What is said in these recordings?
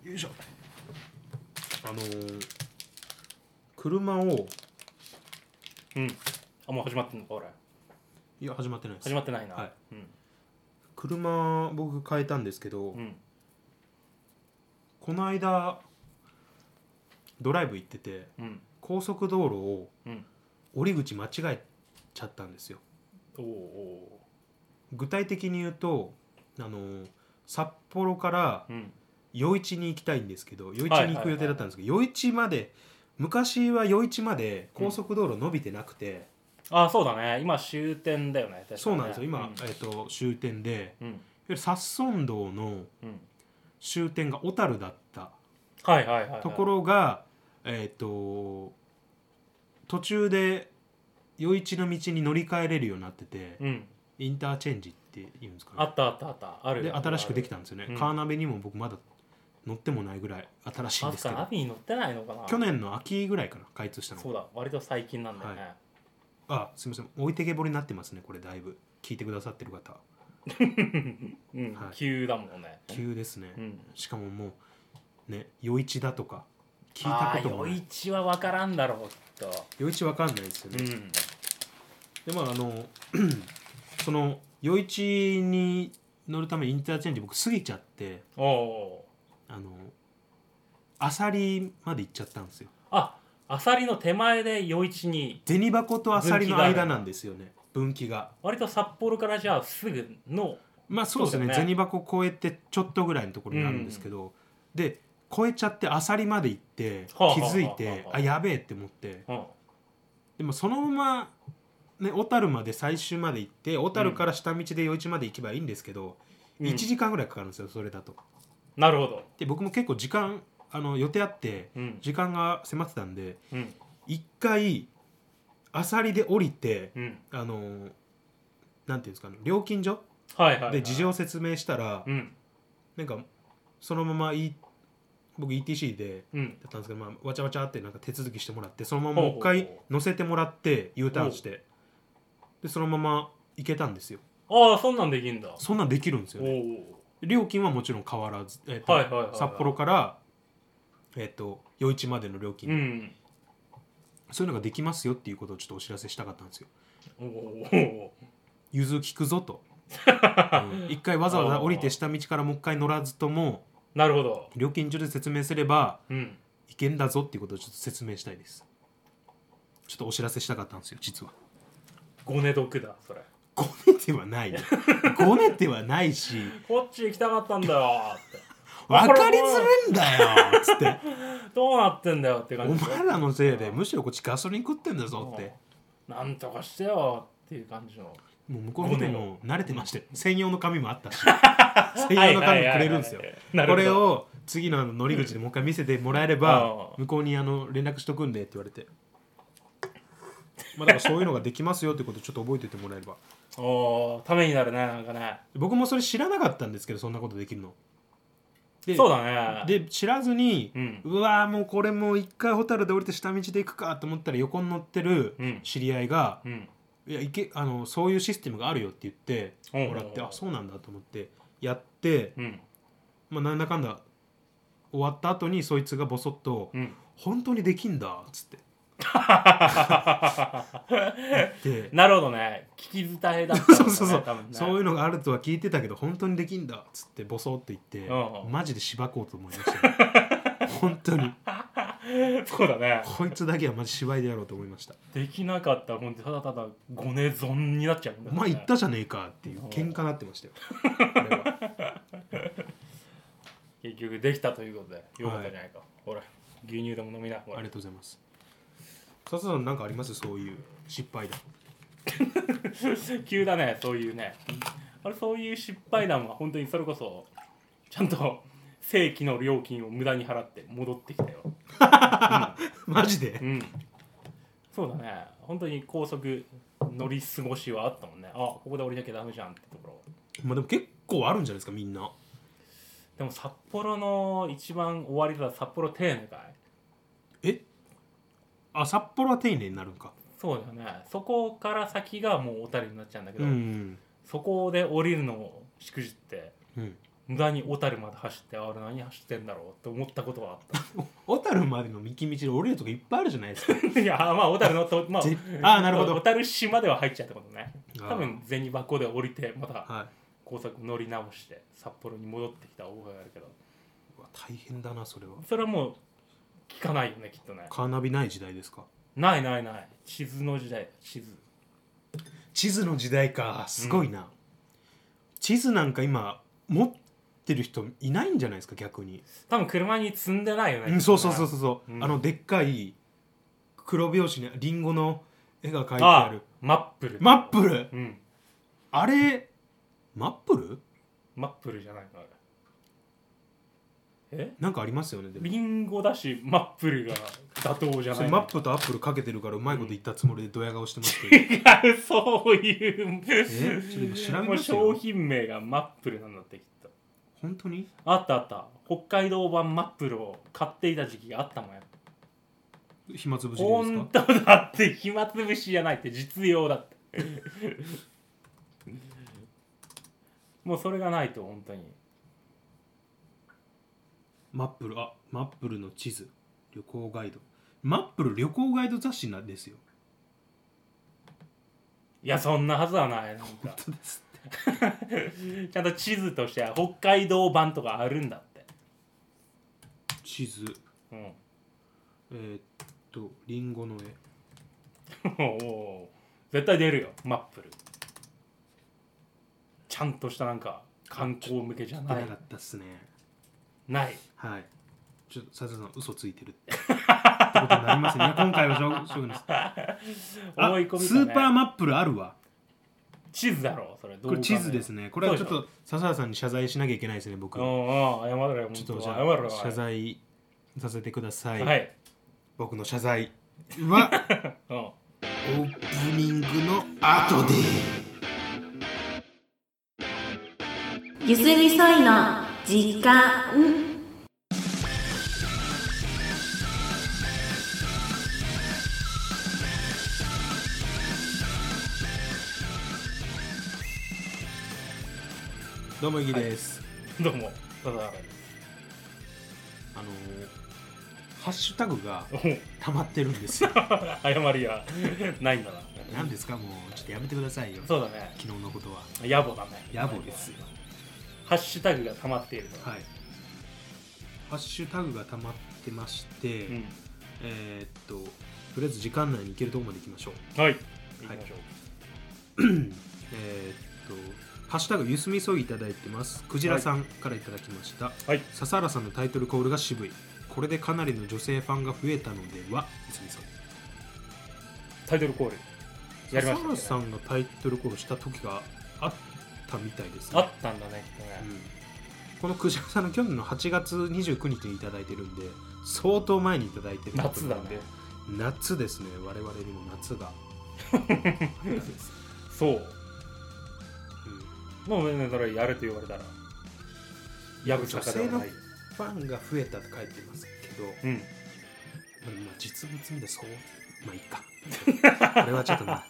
よいしょ。車をもう始まってんのか俺。 いや始まってないです。 始まってないな。 はい。車僕変えたんですけど、この間ドライブ行ってて、高速道路を降り口間違えちゃったんですよ。具体的に言うと札幌から余市に行きたいんですけど、余市に行く予定だったんですけど、余市まで昔は余市まで高速道路伸びてなくて、 そうだね、今終点だよね。確かね、 そうなんですよ今、終点で、いわゆる札村道の終点が小樽だったところが、途中で余市の道に乗り換えれるようになってて、インターチェンジっていうんですかね。 あったある。 で新しくできたんですよね。カーナビにも僕まだ乗ってもないぐらい新しいんですけど、 ナビに乗ってないのかな。 去年の秋ぐらいかな開通したの。 そうだ、割と最近なんだよね。 すみません、置いてけぼりになってますね。これだいぶ聞いてくださってる方急だもんね。 急ですね、しかももうね余市だとか聞いたこともない。 余市は分からんだろうと。 余市分かんないですよね、でその余市に乗るためにインターチェンジ僕過ぎちゃって、あさりまで行っちゃったんですよ。 あさりの手前で余市に銭箱とあさりの間なんですよね、分岐が。 割と札幌からじゃあすぐの、 そうですね、銭箱越えてちょっとぐらいのところにあるんですけど、で越えちゃってあさりまで行って気づいて、やべえって思って、でもそのまま小樽まで最終まで行って小樽から下道で余市まで行けばいいんですけど、1時間ぐらいかかるんですよそれだと。 なるほど。 で僕も結構時間予定あって時間が迫ってたんで、一回あさりで降りて、なんていうんですかね、料金所で事情を説明したら、なんかそのまま僕 ETC でだったんですけど、わちゃわちゃってなんか手続きしてもらって、そのままもう一回乗せてもらって U ターンして、でそのまま行けたんですよ。 そんなんできるんだ。 そんなんできるんですよね。料金はもちろん変わらず、札幌から余市までの料金、そういうのができますよっていうことをちょっとお知らせしたかったんですよ。融通聞くぞと、一回わざわざ降りて下道からもう一回乗らずとも、 なるほど、 料金所で説明すれば、いけんだぞっていうことをちょっと説明したいです。ちょっとお知らせしたかったんですよ実は。 ごね得だそれ。 ごねてはないごねてはないし、 こっち行きたかったんだよって分かりづらいんだよっつってどうなってんだよって感じ。 お前らのせいでむしろこっちガソリン食ってんだぞって、 なんとかしてよっていう感じの。 もう向こうの人も慣れてましたよ。専用の紙もあったし専用の紙もくれるんですよ。これを次の乗り口でもう一回見せてもらえれば、向こうに連絡しとくんでって言われて、だからそういうのができますよってことをちょっと覚えておいてもらえればためになるね。なんかね、 僕もそれ知らなかったんですけど、そんなことできるので、 そうだね。 で知らずに、うわーもうこれもう一回ホタルで降りて下道で行くかと思ったら、横に乗ってる知り合いが、いやそういうシステムがあるよって言ってもらって、そうなんだと思ってやって、なんだかんだ終わった後にそいつがボソッと、本当にできんだっつってなるほどね、聞き伝えだったんだねそういうのがあるとは聞いてたけど本当にできんだっつってボソって言って、マジでしばこうと思いました、本当にそうだね、 こいつだけはマジ芝居でやろうと思いました。 できなかったら本当ただただごね損になっちゃうんだ、 お前言ったじゃねえかっていう喧嘩なってましたよ結局できたということでよかったじゃないか、ほら牛乳でも飲みな。ありがとうございます。笹さん何かあります？そういう失敗談急だね、そういうね、そういう失敗談は本当にそれこそちゃんと正規の料金を無駄に払って戻ってきたよマジで、 そうだね、本当に高速乗り過ごしはあったもんね。ここで降りなきゃダメじゃんってところ。 でも結構あるんじゃないですかみんな。 でも札幌の一番終わりだ札幌丁寧かい。 札幌は丁寧になるんか。 そうだよね、そこから先がもう小樽になっちゃうんだけど、そこで降りるのをしくじって、 無駄に小樽まで走ってあれ何走ってんだろうって思ったことはあった小樽までの見道で降りるとこいっぱいあるじゃないですかいやまあ小樽のとまあなるほど小樽市までは入っちゃったことねあー多分銭箱で降りてまたはい高速乗り直して札幌に戻ってきた覚えがあるけどうわ大変だなそれは。 それはもう聞かないよねきっとねカーナビない時代ですか。 ないないない地図の時代地図の時代かすごいな、地図なんか今持ってる人いないんじゃないですか逆に。 多分車に積んでないよね、 そうそうそうそう、 うんあのでっかい黒表紙にリンゴの絵が描いてあるマップルマップル、 うんあれマップルマップルじゃないのあれなんかありますよね。でもリンゴだしマップルが妥当じゃないマップとアップルかけてるからうまいこと言ったつもりでドヤ顔してますけど、 違うそういうちょっと調べもうますよ商品名がマップルなんだってきっと本当に。 あったあった北海道版マップルを買っていた時期があったもんや暇つぶしでです本か。 当だって暇つぶしじゃないって実用だってもうそれがないと本当にマップルの地図旅行ガイド、マップル旅行ガイド雑誌なんですよ。 いやそんなはずはないなんか本当ですちゃんと地図としては北海道版とかあるんだって地図うんリンゴのおお絶対出るよマップルちゃんとしたなんか観光向けじゃない絵出なかったっすね。 ないはいちょっと佐々さん嘘ついてるってことになりますね。今回はしょうがないです。 思い込みかねスーパーマップルあるわ。 地図だろそれこれ地図ですね。これはちょっと笹原さんに謝罪しなきゃいけないですね僕。 謝れよちょっとじ謝ゃあれよ謝罪させてください、 はい僕の謝罪はうんオープニングの後でゆすみそいの時間。 どうもいぎです、 どうもただハッシュタグがお溜まってるんですよ謝りやないんだな何ですかもうちょっとやめてくださいよ。 そうだね昨日のことは野暮だね野暮ですよ。 ハッシュタグが溜まっているとはいハッシュタグが溜まってまして、 うんとりあえず時間内に行けるところまで行きましょう。 はい行きましょハッシュタグゆすみそいいただいてます。クジラさんからいただきました、 はい笹原さんのタイトルコールが渋い。これでかなりの女性ファンが増えたのでは。ゆすみそいタイトルコールやりま笹したね原さんがタイトルコールした時があったみたいですね。 あったんだねきっとねこのクジラさんの去年の8月29日にいただいてるんで相当前にいただいてる夏だね夏ですね。我々にも夏がそうもうねそれやると言われたらやぶさかではないファンが増えたって書いてますけど、 うんまあ実物見てそうまあいいかこれはちょっとな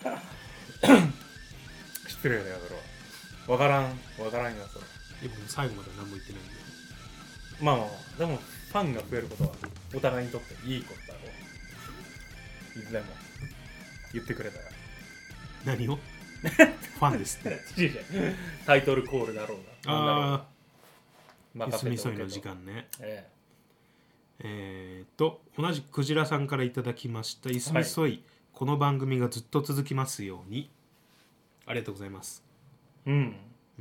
失礼だよそれは分からんよそれ僕も最後まで何も言ってないんで。 まあまあまあでもファンが増えることはお互いにとっていいことだろういつでも言ってくれたら何をファンですって違うタイトルコールだろうがなんだろうあがあゆす任せておけとみそいの時間ね。 え同じくクジラさんからいただきましたゆすみそい、この番組がずっと続きますように。ありがとうございます。 えうん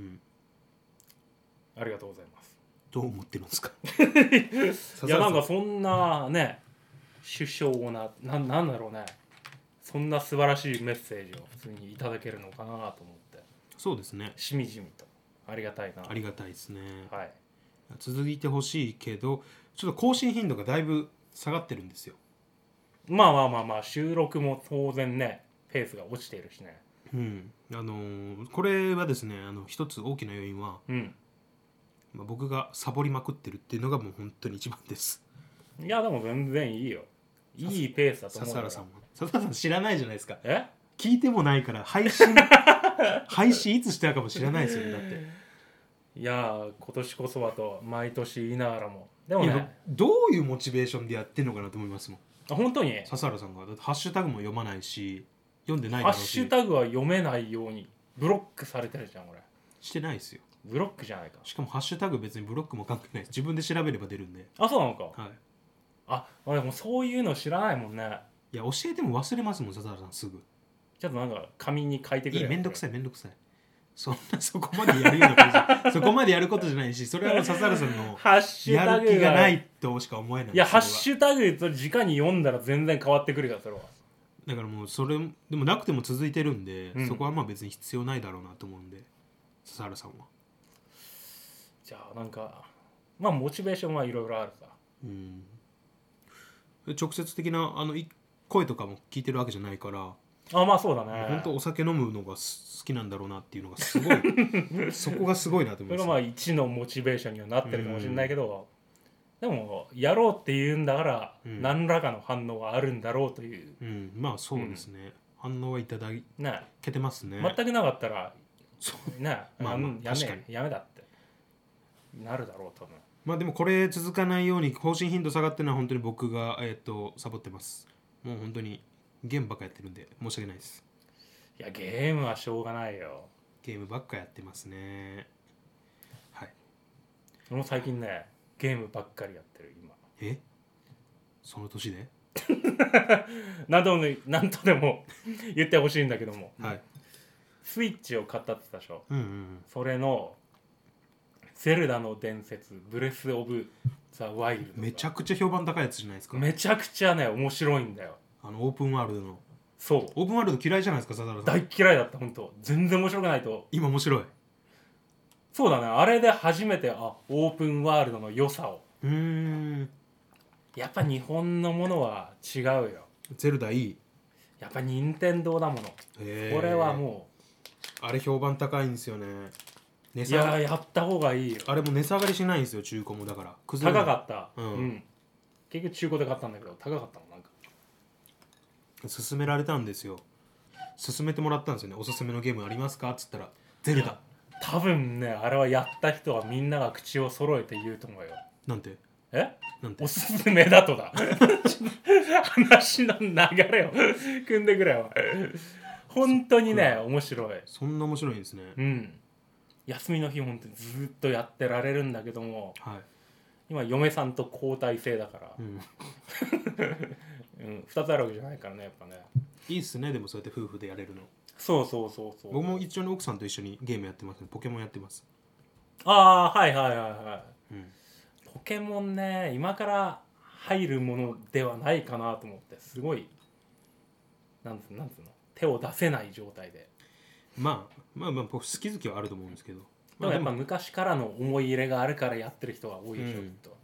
うんありがとうございますどう思ってるんですかいやなんかそんなね首相なんだろうねそんな素晴らしいメッセージを普通にいただけるのかなと思ってそうですねしみじみとありがたいなありがたいですね、 はい続いてほしいけどちょっと更新頻度がだいぶ下がってるんですよ。 まあ収録も当然ねペースが落ちているしねこれはですね一つ大きな要因は、 うん僕がサボりまくってるっていうのがもう本当に一番です。 いやでも全然いいよいいペースだと思う笹原さんも笹原さん知らないじゃないですか。 え聞いてもないから配信いつしたかも知らないですよね。だっていやー今年こそはと毎年言いながらもでもいやねどういうモチベーションでやってんのかなと思いますもん。 本当に笹原さんがだってハッシュタグも読まないし読んでないハッだろうし。 シュタグは読めないようにブロックされてるじゃん俺。 してないですよ。 ブロックじゃないか。 しかもハッシュタグ別にブロックも関係ないです。自分で調べれば出るんで。 あそうなのか。 はい。 あ俺もうそういうの知らないもんね。 いや教えても忘れますもん笹原さんすぐ。 ちょっとなんか紙に書いてくれよ。 めんどくさいめんどくさい。そこまでやるようなことじゃそこまでやることじゃないし、それは笹原さんのハッシュやタグる気がないとしか思えない。 いやハッュシュタグと直に読んだら全然変わってくるからそれは。 だからもうそれでもなくても続いてるんで、 うんそこはまあ別に必要ないだろうなと思うんで笹原さんは。 じゃあなんかまあモチベーションはいろいろあるさ。 うん直接的な声とかも聞いてるわけじゃないから、 あまあそうだね。 本当お酒飲むのが好きなんだろうなっていうのがすごいそこがすごいなと思います。 それがまあ一のモチベーションにはなってるかもしれないけど、でもやろうって言うんだから、何らかの反応があるんだろうという、 まあそうですね、反応はいただね、 けてますね。 全くなかったらね、 まあ確かにやめだってなるだろう多分。 まあでもこれ続かないように更新頻度下がってるのは本当に僕がサボってます。もう本当にゲームばっかやってるんで申し訳ないです。 いやゲームはしょうがないよ。 ゲームばっかやってますね。はい。 俺も最近ねゲームばっかりやってる今。 その年で何とでも言ってほしいんだけども、 はい。 スイッチを買ったって言ったでしょ。 うんうんうんそれのゼルダの伝説ブレスオブザワイルド、 めちゃくちゃ評判高いやつじゃないですか。 めちゃくちゃね面白いんだよ。 オープンワールドの。 そうオープンワールド嫌いじゃないですか笹原さん。 大嫌いだった本当。全然面白くないと。 今面白い。 そうだねあれで初めてオープンワールドの良さを。やっぱ日本のものは違うよ。 ゼルダいい。 やっぱ任天堂だもの。これはもうあれ評判高いんですよね。 いややった方がいいよ。 あれも値下がりしないんですよ中古も。だから高かった、結局中古で買ったんだけど高かったもん。なんか勧められたんですよ。勧めてもらったんですよね。おすすめのゲームありますかっつったらゼルダ。 多分ねあれはやった人はみんなが口を揃えて言うと思うよ。 なんてなんておすすめだとだ話の流れを組んでくれよ。本当にね面白い。 そんな面白いんですね。 休みの日本当にずっとやってられるんだけども、 はい、 今嫁さんと交代制だから、2つあるわけじゃないからねやっぱね。 いいっすねでもそうやって夫婦でやれるの。 そう僕も一緒に奥さんと一緒にゲームやってますね。ポケモンやってます。 はいはいはいはい、ポケモンね今から入るものではないかなと思って。すごいなんつうの手を出せない状態で。 まあ好き好きはあると思うんですけど、 でもやっぱ昔からの思い入れがあるからやってる人は多いでしょ、きっと。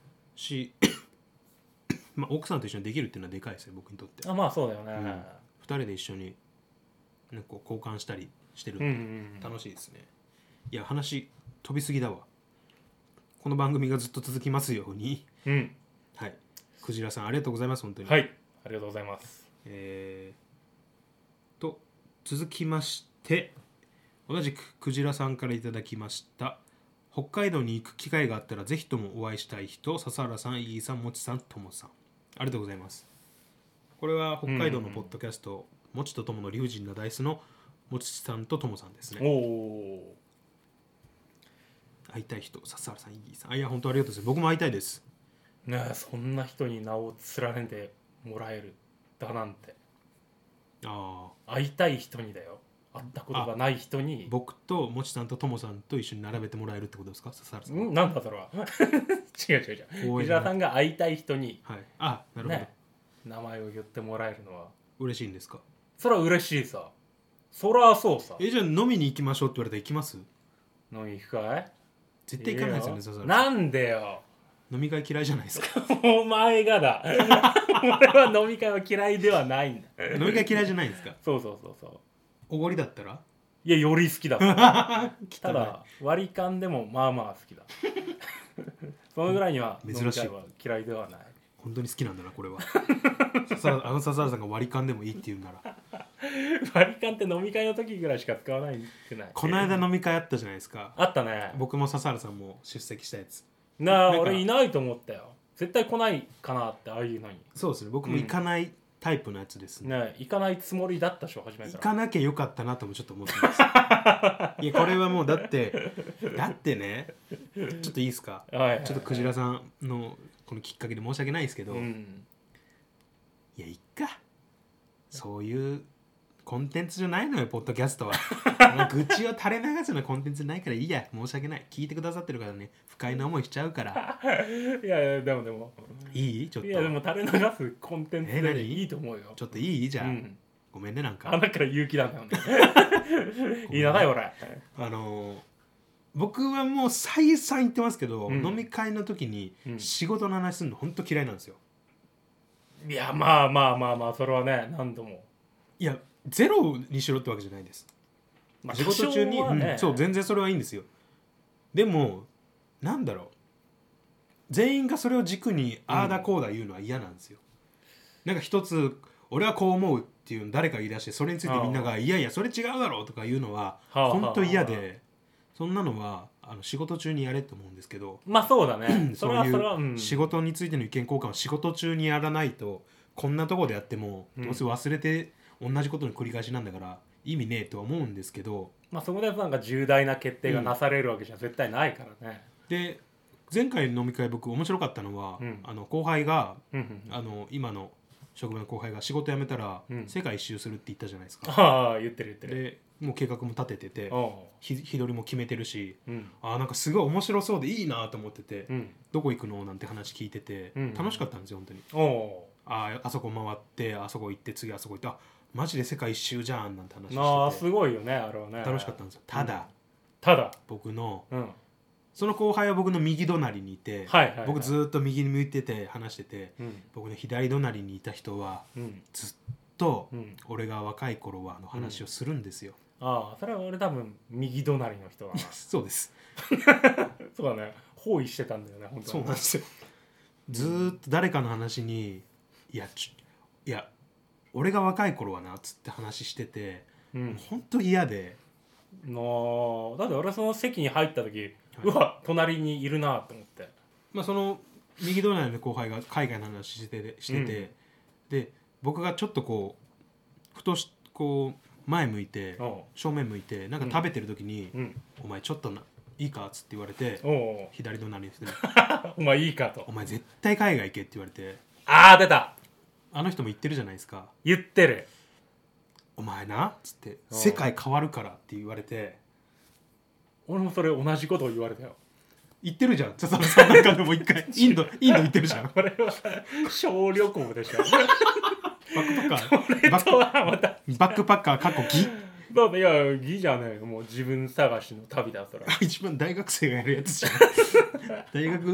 奥さんと一緒にできるっていうのはでかいですよ僕にとって。 まあそうだよね、 2人で一緒に交換したりしてるんで楽しいですね。いや話飛びすぎだわ。この番組がずっと続きますように。はい、クジラさんありがとうございます本当に。 はいありがとうございます。 続きまして同じくクジラさんからいただきました。北海道に行く機会があったらぜひともお会いしたい人、笹原さん、イギーさん、もちさん、ともさん。ありがとうございます。これは北海道のポッドキャスト、もちとともの理不尽なダイスのもちさんとともさんですね。会いたい人、笹原さん、イギーさん。いや本当ありがとうございます。僕も会いたいですね。そんな人に名を連ねてもらえるだなんて。会いたい人にだよ。会ったことがない人に。 僕ともちさんとともさんと一緒に並べてもらえるってことですか笹原さん。 なんだそれは違う藤原さんが会いたい人に、 なるほど、 名前を言ってもらえるのは嬉しいんですか。 それは嬉しいさ。そりゃそうさ。 じゃあ飲みに行きましょうって言われたら行きます？ 飲み行くかい？ 絶対行かないですよね笹原さん。 なんでよ。 飲み会嫌いじゃないですかお前がだ俺は飲み会は嫌いではないんだ飲み会嫌いじゃないんですか。 そうおごりだったらいやより好きだただ割り勘でもまあまあ好きだそのぐらいには飲み会は嫌いではない。 本当に好きなんだなこれは笹原さんが割り勘でもいいって言うなら割り勘って飲み会の時ぐらいしか使わないくない？ この間飲み会あったじゃないですか。 あったね。 僕も笹原さんも出席したやつ。 俺いないと思ったよ。絶対来ないかなって、ああいうのに。 そうですね、僕も行かないタイプのやつですね。 行かないつもりだったでしょ、初めから。 行かなきゃよかったなともちょっと思ってますいやこれはもうだってね、ちょっといいですか、 はいはいはい、 ちょっとクジラさんのこのきっかけで申し訳ないですけど、いやいっか、そういうコンテンツじゃないのよポッドキャストは愚痴を垂れ流すようなコンテンツないからいいや、申し訳ない、聞いてくださってるからね、不快な思いしちゃうからいやでもいい、ちょっと、 いやでも垂れ流すコンテンツでいいと思うよ。 ちょっといいじゃん、ごめんね、なんか鼻から勇気なんだよねいいなよ俺。 僕はもう再三言ってますけど、飲み会の時に仕事の話するの本当嫌いなんですよ。 いやまあそれはね、何度も。 いやゼロにしろってわけじゃないです、仕事中に、そう全然それはいいんですよ。でもなんだろう、全員がそれを軸にああだこうだ言うのは嫌なんですよ。なんか一つ俺はこう思うっていうの誰か言い出して、それについてみんながいやいやそれ違うだろうとか言うのは本当嫌で、そんなのは仕事中にやれって思うんですけど、 まあそうだねそういう仕事についての意見交換を仕事中にやらないと、こんなところでやってもどうせ忘れて同じことの繰り返しなんだから意味ねえとは思うんですけど、 まあそこでなんか重大な決定がなされるわけじゃ絶対ないからね。 で前回の飲み会僕面白かったのは、後輩が、今の職場の後輩が仕事辞めたら、世界一周するって言ったじゃないですか。 ああ言ってるでもう計画も立ててて、日取りも決めてるし、なんかすごい面白そうでいいなと思ってて、どこ行くのなんて話聞いてて、楽しかったんですよ本当に。あそこ回ってあそこ行って次あそこ行って、マジで世界一周じゃんなんて話してて、 すごいよねあれはね。 楽しかったんですよ。ただ僕の、その後輩は僕の右隣にいて、僕ずっと右に向いてて話してて、僕の左隣にいた人は、ずっと俺が若い頃はの話をするんですよ。 それは俺多分右隣の人だなそうですそうだね、包囲してたんだよね本当に。 そうなんですよ。ずっと誰かの話にいや俺が若い頃はなっつって話してて、本当嫌で、 だって俺その席に入った時、うわ隣にいるなと思って、 その右隣の後輩が海外の話してて、で僕がちょっとこうふとこう前向いて正面向いてなんか食べてる時に、お前ちょっといいかっつって言われて、左隣の人にお前いいかと、 お前絶対海外行けって言われて、 出た、 あの人も言ってるじゃないですか、 言ってる、 お前なっつって世界変わるからって言われて、 俺もそれ同じことを言われたよ。 言ってるじゃん、その中でも一回インド行ってるじゃん。 これは小旅行でしょバックパッカーバックパッカー過去ギいやギじゃねえ、もう自分探しの旅だそれ一番大学生がやるやつじゃん大学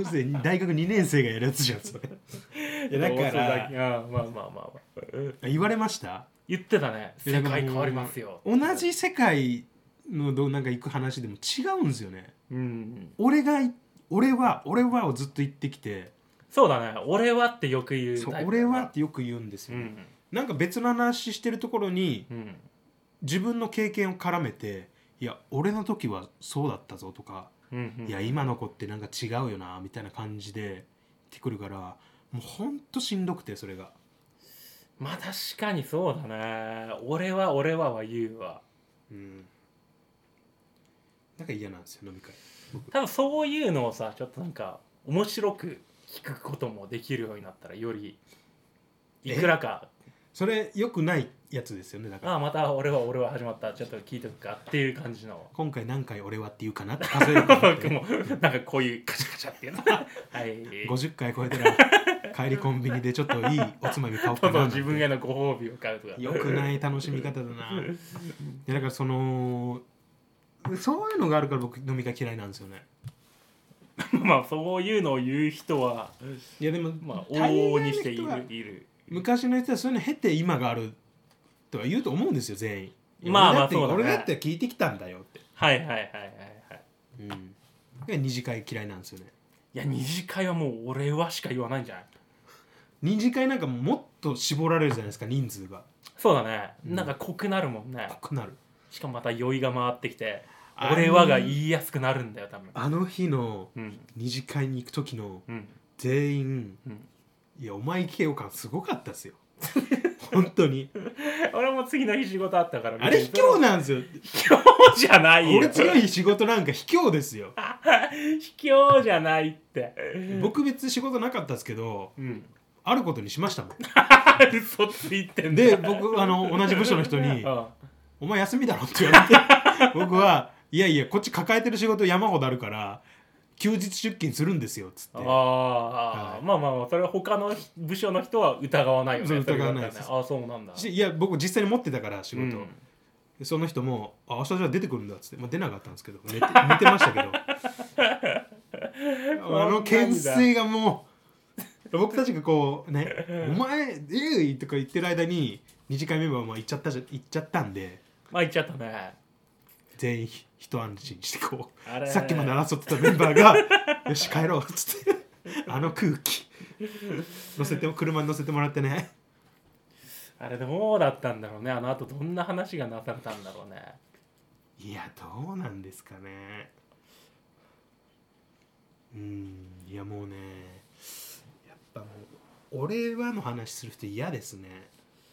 2年生がやるやつじゃんそれ。いやだからまあ言われました。 言ってたね、世界変わりますよ。 同じ世界のなんか行く話でも違うんですよね。俺はをずっと言ってきて、 そうだね、俺はってよく言うタイプ。 そう俺はってよく言うんですよ、なんか別の話してるところに、自分の経験を絡めて、いや俺の時はそうだったぞとか、いや今の子ってなんか違うよなみたいな感じで言ってくるから、もうほんとしんどくて、それがまあ確かにそうだね、俺は言うわ。 なんか嫌なんですよ飲み会。 多分そういうのをさ、ちょっとなんか面白く聞くこともできるようになったら、よりいくらかそれ良くないやつですよね。だからまた俺は始まった、ちょっと聞いとくかっていう感じの、 今回何回俺はって言うかなって数えるからもうなんかこういうカチャカチャっていうのはい 50回超えたら帰りコンビニでちょっといいおつまみ買おうかな自分へのご褒美を買うとか、 良くない楽しみ方だなでだからそういうのがあるから僕飲み会嫌いなんですよねまあそういうのを言う人は、 いやでも往々にしている。 昔の人はそういうの経て今があるとは言うと思うんですよ全員。 そうだね、 俺だって聞いてきたんだよって。二次会嫌いなんですよね。 いや二次会はもう俺はしか言わないんじゃない。 二次会なんかもっと絞られるじゃないですか、人数が。 そうだね、なんか濃くなるもんね。 濃くなる。 しかもまた酔いが回ってきて俺はが言いやすくなるんだよ多分。 あの日の二次会に行く時の全員、いやお前行けよ感すごかったですよ本当に俺も次の日仕事あったから。 あれ卑怯なんですよ。 卑怯じゃないよ。 俺次の日仕事なんか卑怯ですよ卑怯じゃないって僕別に仕事なかったですけど、あることにしましたもん嘘ついてんだ。 で僕同じ部署の人にお前休みだろって言われて僕はいやいやこっち抱えてる仕事山ほどあるから休日出勤するんですよっつって。 まあまあそれは他の部署の人は疑わないよね。 疑わないです。 そうなんだ。 いや僕実際に持ってたから仕事、でその人も明日じゃあ出てくるんだっつって、出なかったんですけど寝てましたけど懸垂がもう僕たちがこうねお前とか言ってる間に2次会メンバーも行っちゃったんで、 行っちゃったね。 全員一安心してこうさっきまで争ってたメンバーがよし帰ろうっつってあの空気車に乗せてもらってね。 あれどうだったんだろうね。あの後どんな話がなされたんだろうね。 いやどうなんですかね。いやもうねやっぱもう俺はの話する人嫌ですね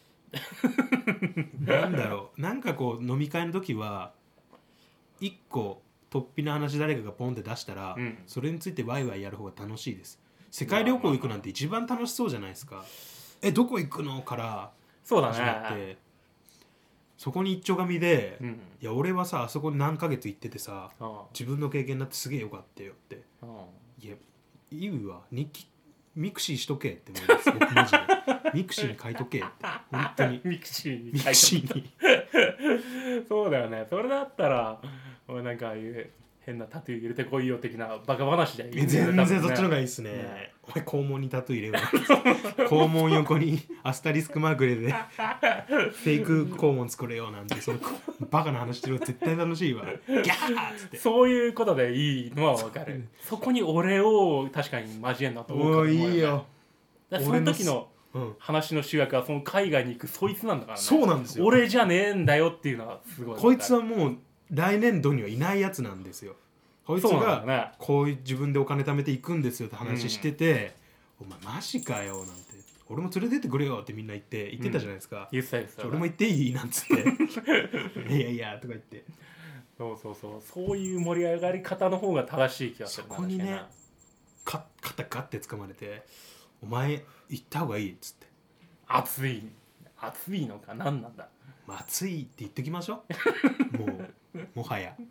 なんだろう、なんかこう飲み会の時は一個突飛な話誰かがポンって出したら、それについてワイワイやる方が楽しいです。世界旅行行くなんて一番楽しそうじゃないですか。どこ行くのからそうだ始まって、ね、そこに一丁紙で、いや俺はさあそこに何ヶ月行っててさ、自分の経験になってすげえよかったよって、いやいいわ日記ミクシーしとけって思います僕マジでミクシーに書いとけって本当にミクシーにそうだよね。それだったら俺なんか変なタトゥー入れてこいよ的なバカ話じゃいい、ね、 全然そっちの方がいいっすね。お前肛門にタトゥー入れよ肛門横にアスタリスクマーク入れてフェイク肛門作れよなんてそのバカな話してるの絶対楽しいわギャーっつって。 そういうことでいいのは分かる。そこに俺を確かに交えんなと思うから、 いいよ。 その時の話の主役はその海外に行くそいつなんだからね。 そうなんですよ。 俺じゃねえんだよっていうのはすごい。 こいつはもう来年度にはいないやつなんですよ。こいつがこういう自分でお金貯めていくんですよって話してて、お前マジかよなんて俺も連れてってくれよってみんな言ってたじゃないですか。 言ってた俺も行っていいなんつっていやいやとか言ってそういう盛り上がり方の方が正しい気がする。 そこにね肩ガッて掴まれてお前行った方がいいっつって。 熱いのか何なんだ。 熱いって言っときましょうもはや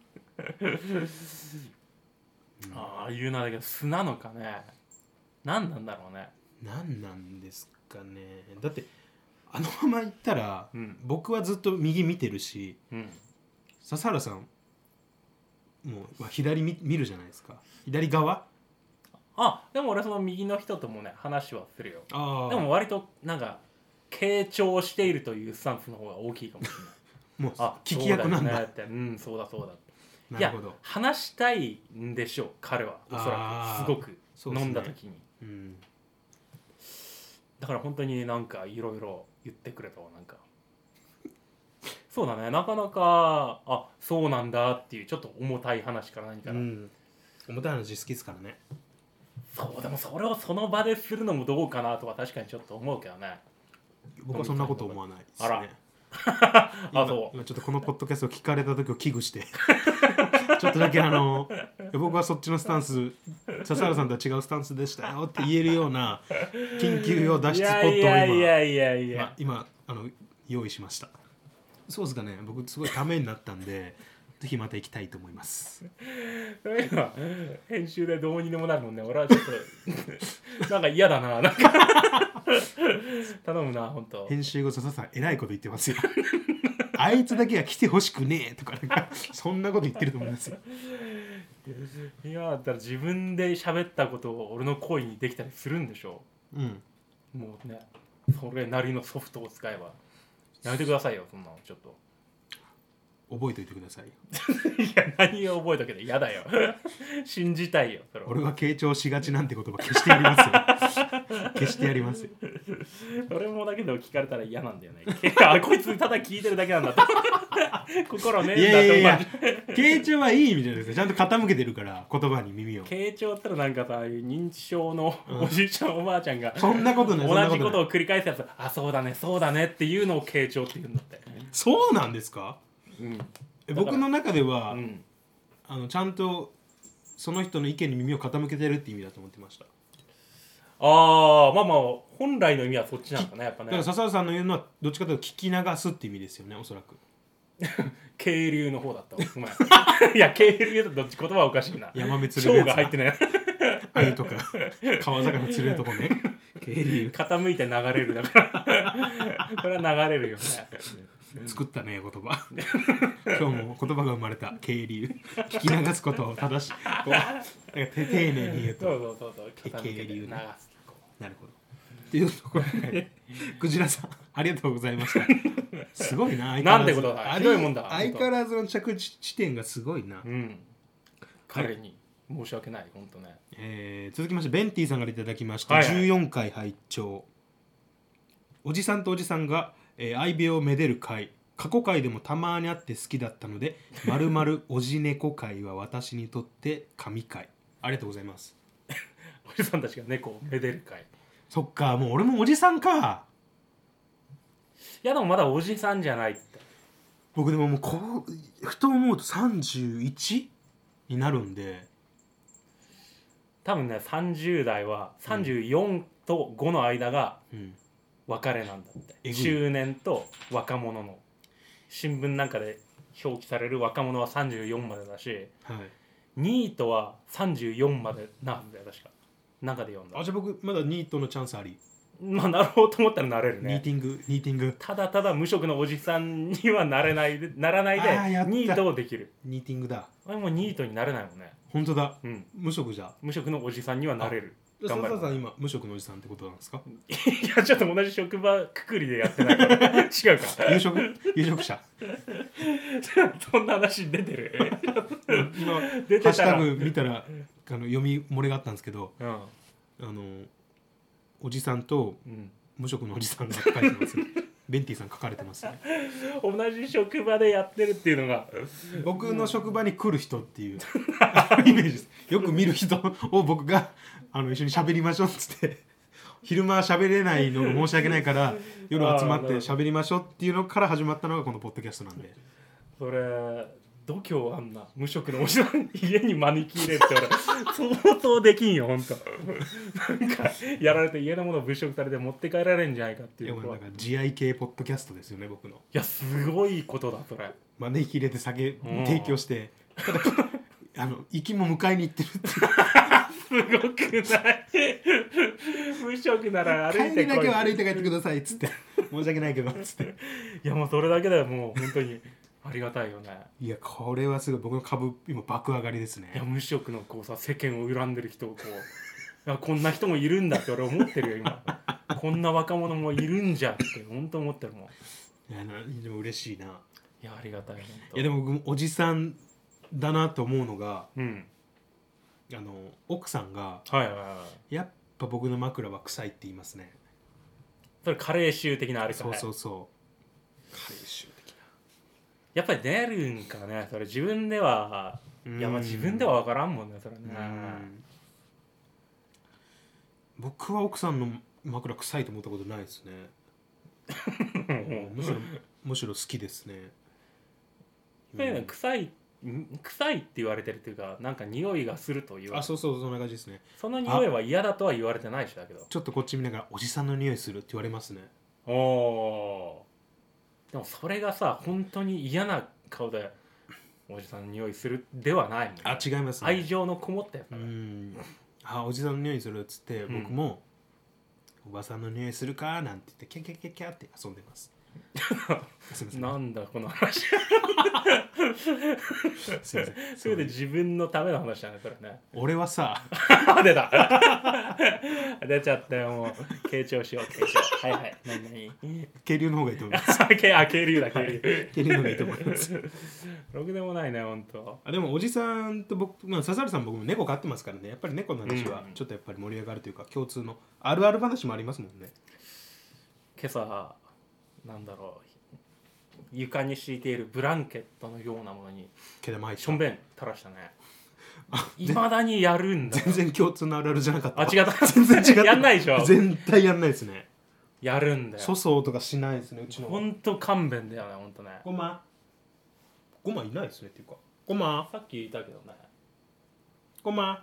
ああいうのだけど素なのかね。何なんだろうね。 何なんですかね。だってあのまま行ったら、僕はずっと右見てるし、笹原さんもう左 見るじゃないですか。左側。 でも俺その右の人ともね話はするよ。 でも割となんか傾聴しているというスタンスの方が大きいかもしれないもう聞き役なんだって。そうだなるほど。 いや話したいんでしょう彼は。おそらくすごく飲んだ時に、だから本当になんかいろいろ言ってくれたわ。なんかそうだね、なかなかそうなんだっていうちょっと重たい話から何から、 重たい話好きですからね。 そうでもそれをその場でするのもどうかなとは確かにちょっと思うけどね。 僕はそんなこと思わないですね。 そう今ちょっとこのポッドキャストを聞かれた時を危惧してちょっとだけ僕はそっちのスタンス笹原さんとは違うスタンスでしたよって言えるような緊急用脱出ポットを今用意しました。そうですかね。僕すごいためになったんでぜひまた行きたいと思います。 そういうのは編集でどうにでもなるもんね。俺はちょっとなんか嫌だな。なんか頼むな本当。 編集後笹原さんえらいこと言ってますよあいつだけは来てほしくねえとかなんかそんなこと言ってると思いますよ。 いやだったら自分で喋ったことを俺の声にできたりするんでしょう。もうねそれなりのソフトを使えば。やめてくださいよそんなのちょっと。 覚えておいてくださいよ。 いや何を覚えとけど嫌だよ信じたいよそれは。 俺は傾聴しがちなんて言葉消してやりますよ消してやりますよ。 俺もだけど聞かれたら嫌なんだよねあこいつただ聞いてるだけなんだって心ねえんだと思う。 傾聴はいい意味じゃないですか。ちゃんと傾けてるから言葉に耳を。 傾聴ったらなんかさ認知症のおじいちゃん、おばあちゃんがそんなことない同じことを繰り返すやつ、あそうだねそうだねっていうのを傾聴って言うんだって。 そうなんですか？ うん、 僕の中では、 うん、 ちゃんとその人の意見に耳を傾けてるって意味だと思ってました。 ああまあまあ本来の意味はそっちなんだねやっぱね。 だから笹原さんの言うのはどっちかというと聞き流すって意味ですよね、おそらく。 渓流の方だったわごめんいや渓流だとどっち言葉はおかしいな。 ヤマメ釣れるやつ蝶が入ってない鮎とか川魚釣れるとこね。渓流傾いて流れるだからこれは流れるよね。 作ったね言葉今日も言葉が生まれた。渓流聞き流すことを正しこうなんか丁寧に言うとそう渓流ね。 流すなるほどっていうところでクジラさんありがとうございましたすごいな。 なんてことだひどいもんだ。 相変わらずの着地点がすごいな。 彼に申し訳ない本当ね。 続きましてベンティさんからいただきました、14回拝聴。おじさんとおじさんが愛病をめでる回、過去回でもたまにあって好きだったので〇〇おじ猫回は私にとって神回。ありがとうございます。 おじさんたちが猫をめでる回。 そっか、もう俺もおじさんか。 いやでもまだおじさんじゃないって。 僕でももうふと思うと31になるんで、 多分ね30代は34と5の間が別れなんだって、中年と若者の新聞なんかで表記される若者は34までだし、ニートは34までなんだよ確か。中で読んだ。 じゃあ僕まだニートのチャンスあり。 まあなろうと思ったらなれるね。 ニーティングただただ無職のおじさんにはならないでニートをできる。 ニーティングだ。 あれもうニートになれないもんね。 本当だ、無職じゃ。 無職のおじさんにはなれる。 頑張る。さん今無職のおじさんってことなんですか？ いやちょっと同じ職場くくりでやってないから違うか。 有職者そんな話出てる今出てたらハッシュタグ見たら読み漏れがあったんですけど、おじさんと無職のおじさんが書いてますよベンティさん書かれてますね。 同じ職場でやってるっていうのが僕の職場に来る人っていうイメージです。よく見る人を僕が一緒に喋りましょうっつって昼間喋れないのが申し訳ないから夜集まって喋りましょうっていうのから始まったのがこのポッドキャストなんで。 それ度胸あんな。無職のおじさん家に招き入れるって俺相当できんよほんとなんかやられて家のものを物色されて持って帰られるんじゃないかっていう。 なんか自愛系ポッドキャストですよね僕の。いやすごいことだそれ。 招き入れて酒提供してただ行きも迎えに行ってるってすごくない無職なら歩いて帰りだけは歩いて帰ってくださいっつって申し訳ないけどっつっていやもうそれだけでもう本当にありがたいよね。 いやこれはすごい。僕の株今爆上がりですね。 いや無職のこうさ世間を恨んでる人をこういやこんな人もいるんだって俺思ってるよ今こんな若者もいるんじゃって本当思ってるもん。 いやでも嬉しいな。いやありがたい。いやでも僕もおじさんだなと思うのが、奥さんが、やっぱ僕の枕は臭いって言いますね。 それ加齢臭的なあれか。 そう加齢臭的な。 やっぱり出るんかねそれ。自分ではいやまあ自分では分からんもんねそれね。 僕は奥さんの枕臭いと思ったことないですねむしろ好きですね。 臭いって言われてるっていうかなんか匂いがすると言われて。 そうそんな感じですね。 その匂いは嫌だとは言われてないしだけど、 ちょっとこっち見ながらおじさんの匂いするって言われますね。 でもそれがさ本当に嫌な顔でおじさんの匂いするではないもんね。 違いますね。 愛情のこもったやつだからおじさんの匂いするっつって、僕もおばさんの匂いするかなんて言ってキャキャキャキャって遊んでますすみませんなんだこの話すみませんそれで自分のための話だねそれね。 俺はさ出た出ちゃったよもう。傾聴しよう傾聴。はいはい。何渓流の方がいいと思います。 傾流だ傾流。 渓流の方がいいと思います。 ろくでもないねほんと。 でもおじさんと僕、笹原さん僕も猫飼ってますからね。やっぱり猫の話はちょっとやっぱり盛り上がるというか、共通のあるある話もありますもんね。 今朝なんだろう。床に敷いているブランケットのようなものに毛玉入ってしょんべん垂らしたね。いまだにやるんだ。 全然共通のあるあるじゃなかった。 あ違った。 全然違った。 やんないでしょ。 絶対やんないですね。 やるんだよ。 粗相とかしないですね、うちの。 ほんと勘弁だよねほんとね。 ごまいないですねっていうか。ごまさっき言ったけどね。 ごま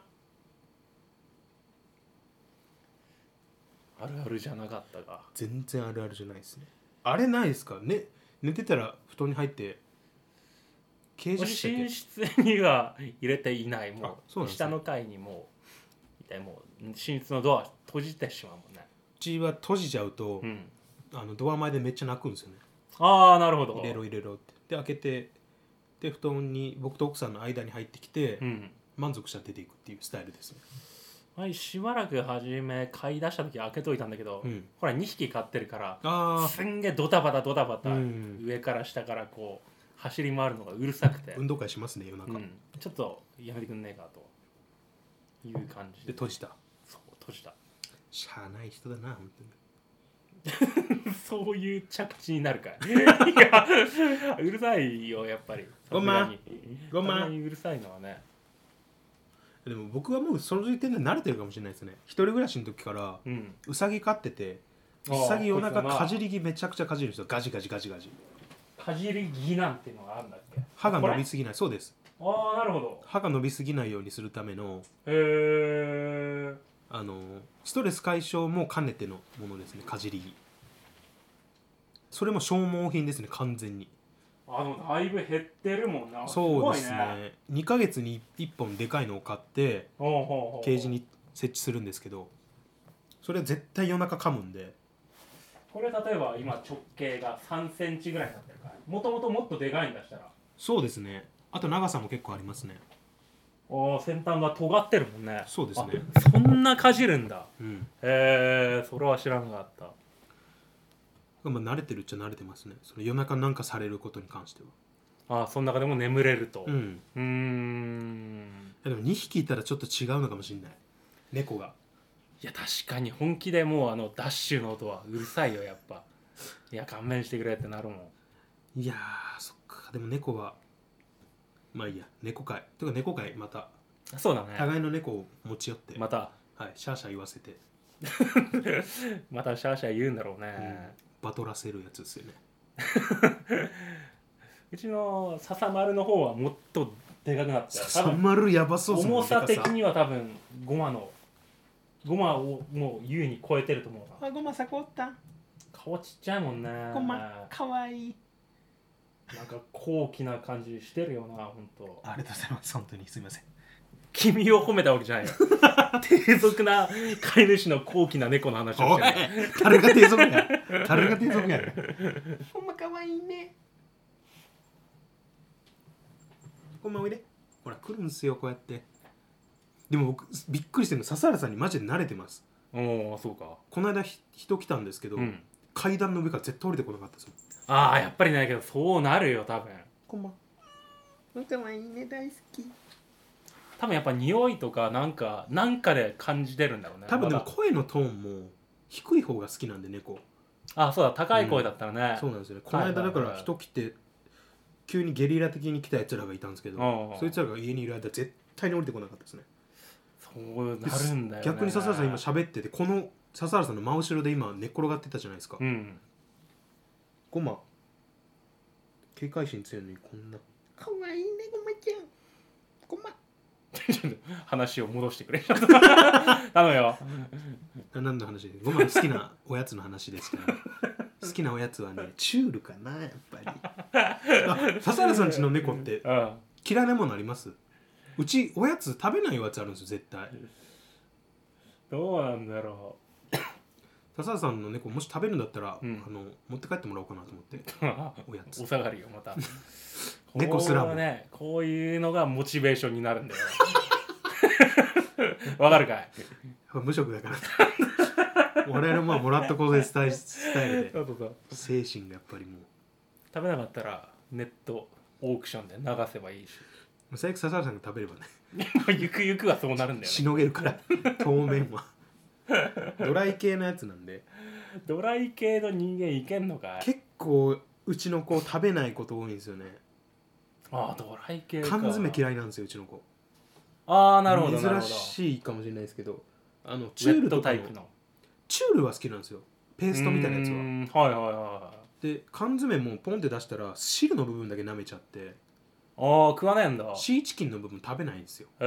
あるあるじゃなかったが。 全然あるあるじゃないですね。あれないですかね。寝てたら布団に入ってケージでしたっけ。 寝室には入れていない。もう、 そうなんですね、 下の階にもう寝室のドア閉じてしまうもんね。 うちは閉じちゃうと、ドア前でめっちゃ泣くんですよね。 ああなるほど。 入れろってで開けて、で布団に僕と奥さんの間に入ってきて、満足したら出ていくっていうスタイルですね。 はい、しばらく初め買い出した時開けといたんだけど、ほら2匹飼ってるからすんげえドタバタ上から下からこう走り回るのがうるさくて運動会しますね夜中、 ちょっとやめてくんねえかという感じで閉じた。 そう閉じた。 しゃあない人だな本当にそういう着地になるかい。いやうるさいよやっぱり。 ごまんうるさいのはね。 でも僕はもうその時点で慣れてるかもしれないですね。一人暮らしの時からウサギ飼ってて、ウサギ夜中かじり気めちゃくちゃかじるんですよ。ガジガジガジガジ。 かじり気なんていうのがあるんだっけ。 歯が伸びすぎない。そうです。 ああなるほど。 歯が伸びすぎないようにするためのストレス解消も兼ねてのものですね。かじり気。それも消耗品ですね完全に。 だいぶ減ってるもんな。 そうですね。2ヶ月に1本でかいのを買ってケージに設置するんですけど、それは絶対夜中噛むんで。 これ例えば今直径が3センチぐらいになってるから、もともともっとでかいんだしたら。そうですね。 あと長さも結構ありますね。 先端が尖ってるもんね。 そうですね。 そんなかじるんだ。それは知らなかった。 慣れてるっちゃ慣れてますね。その夜中なんかされることに関しては。その中でも眠れると。 でも2匹いたらちょっと違うのかもしれない。猫が。 いや確かに本気でもうダッシュの音はうるさいよやっぱ。いや勘弁してくれってなるもん。いやそっか。でも猫はまあいいや。猫会とか猫会また。 そうだね。 互いの猫を持ち寄ってまたシャーシャー言わせてまたシャーシャー言うんだろうね。 バトらせるやつですよね。 うちの笹丸の方はもっとでかくなって、 笹丸やばそうですね。 重さ的には多分ゴマをもう優に超えてると思う。 ゴマさこった。 顔ちっちゃいもんね。 ゴマかわいい。 なんか高貴な感じしてるよな本当。 ありがとうございます。本当にすみません。 君を褒めたわけじゃないよ。低俗な飼い主の高貴な猫の話をしてる。 誰が低俗や。誰が低俗や。ほんまかわいいね。ほんまおいで。ほら来るんすよこうやって。でも僕びっくりしてるの笹原さんにマジで慣れてます。 そうか。 この間人来たんですけど、階段の上から絶対降りてこなかったですもん。やっぱりないけどそうなるよ多分。 こんばん。かわいいね大好き。 多分やっぱ匂いとかなんかで感じてるんだろうね。 多分でも声のトーンも低い方が好きなんで猫。 そうだ高い声だったらね。 そうなんですよね。この間だから人来て急にゲリラ的に来たやつらがいたんですけど、そいつらが家にいる間絶対に降りてこなかったですね。 そうなるんだよね。 逆に笹原さん今喋ってて、この笹原さんの真後ろで今寝っ転がってたじゃないですか。ゴマ警戒心強いのにこんなかわいいねゴマちゃん。ゴマ話を戻してくれ。頼むよ。 何の話で？ゴマ好きなおやつの話ですから。好きなおやつはね、チュールかなやっぱり。笹原さんちの猫って嫌いなものあります？うちおやつ食べないおやつあるんですよ絶対。 どうなんだろう。 笹原さんの猫もし食べるんだったら、持って帰ってもらおうかなと思っておやつ。 お下がりよまた。 猫すらもね、こういうのがモチベーションになるんだよ。わかるかい？ 無職だから我々ももらったことでスタイルでそうそうそう精神がやっぱりもう食べなかったらネットオークションで流せばいいし最悪笹原さんが食べればねゆくゆくはそうなるんだよねしのげるから当面はドライ系のやつなんでドライ系の人間いけんのかい結構うちの子食べないこと多いんですよね。 ああドライ系か缶詰嫌いなんですようちの子。 ああなるほどなるほ珍どしいかもしれないですけどチュールとかのチュールは好きなんですよペーストみたいなやつは。 はいはいはで缶詰もポンって出したら汁の部分だけ舐めちゃってああ食わねえんだシーチキンの部分食べないんですよ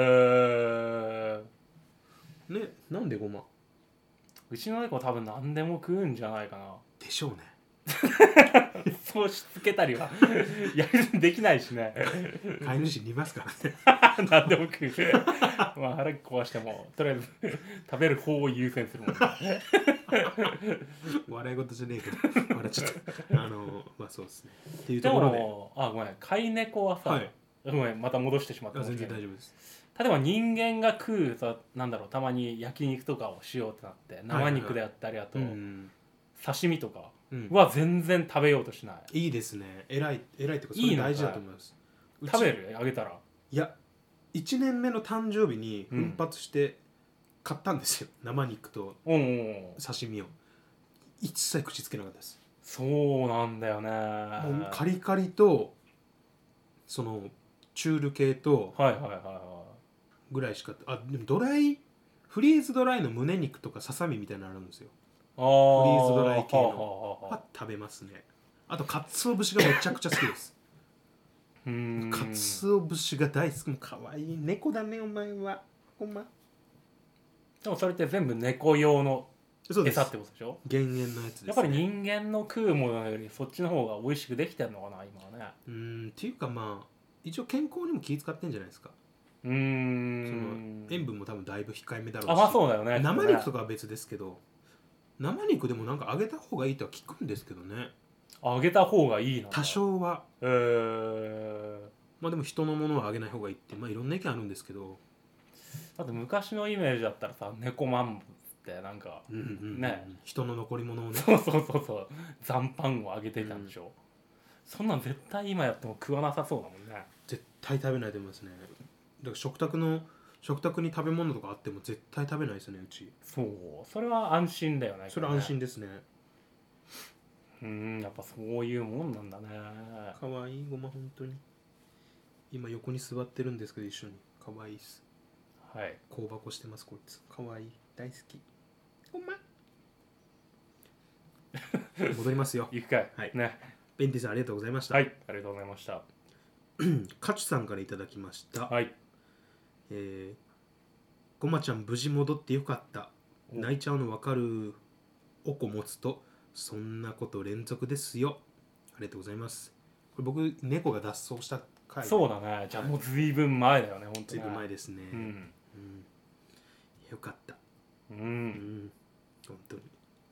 ね。なんでごまうちの猫多分何でも食うんじゃないかなでしょうね。 そうしつけたりはできないしね飼い主にいますからね何でも食うまあ腹壊してもとりあえず食べる方を優先するもんね笑い事じゃねえけど笑っちゃったまあそうですねっていうでところでもごめん飼い猫はさ、 はい、 ごめんまた戻してしまった全然大丈夫です。 例えば人間が食うさなんだろうたまに焼肉とかをしようってなって生肉であったりあと、刺身とかは全然食べようとしない、 いいですね。偉いっていうかそれ大事だと思います。 食べるあげたらいや1年目の誕生日に奮発して買ったんですよ、生肉と刺身を。一切口つけなかったです。 そうなんだよね。 もうカリカリとそのチュール系とぐらいしか。でもフリーズドライの胸肉とかささみみたいなのあるんですよ。フリーズドライ系のは食べますね。あとかつお節がめちゃくちゃ好きですかつお節が大好き。もうかわいい猫だねお前は。ほんま。 でもそれって全部猫用の餌ってことでしょ。 減塩のやつですね。 やっぱり人間の食うものよりそっちの方が美味しくできてるのかな今はね。 っていうかまあ一応健康にも気使ってんじゃないですか。その塩分も多分だいぶ控えめだろうし。 まあそうだよね。 生肉とかは別ですけど、生肉でもなんか揚げた方がいいとは聞くんですけどね。 揚げた方がいいの多少は。まあでも人のものは揚げない方がいいってまあいろんな意見あるんですけど。 だって昔のイメージだったらさ猫マンボってなんか、ね人の残り物をね。 そう残飯を揚げていたんでしょ、そんなん絶対今やっても食わなさそうだもんね。 絶対食べないと思いますね。だから食卓に食べ物とかあっても絶対食べないですねうち。 そうそれは安心だよね。 それは安心ですね。 やっぱそういうもんなんだね。 かわいいごま本当に。今横に座ってるんですけど一緒に。かわいいっす。 はい。 香箱してますこいつ。かわいい大好き。ごま戻りますよ。 行くかい。 はいね。 ベンティさんありがとうございました。 はい、ありがとうございました。 カチュさんからいただきました。 はい。 ごまちゃん無事戻ってよかった。泣いちゃうの分かるお子持つとそんなこと連続ですよ。ありがとうございます。これ僕猫が脱走した回。 そうだね。じゃあもうずいぶん前だよね。本当に。 ずいぶん前ですね。よかった。本当に。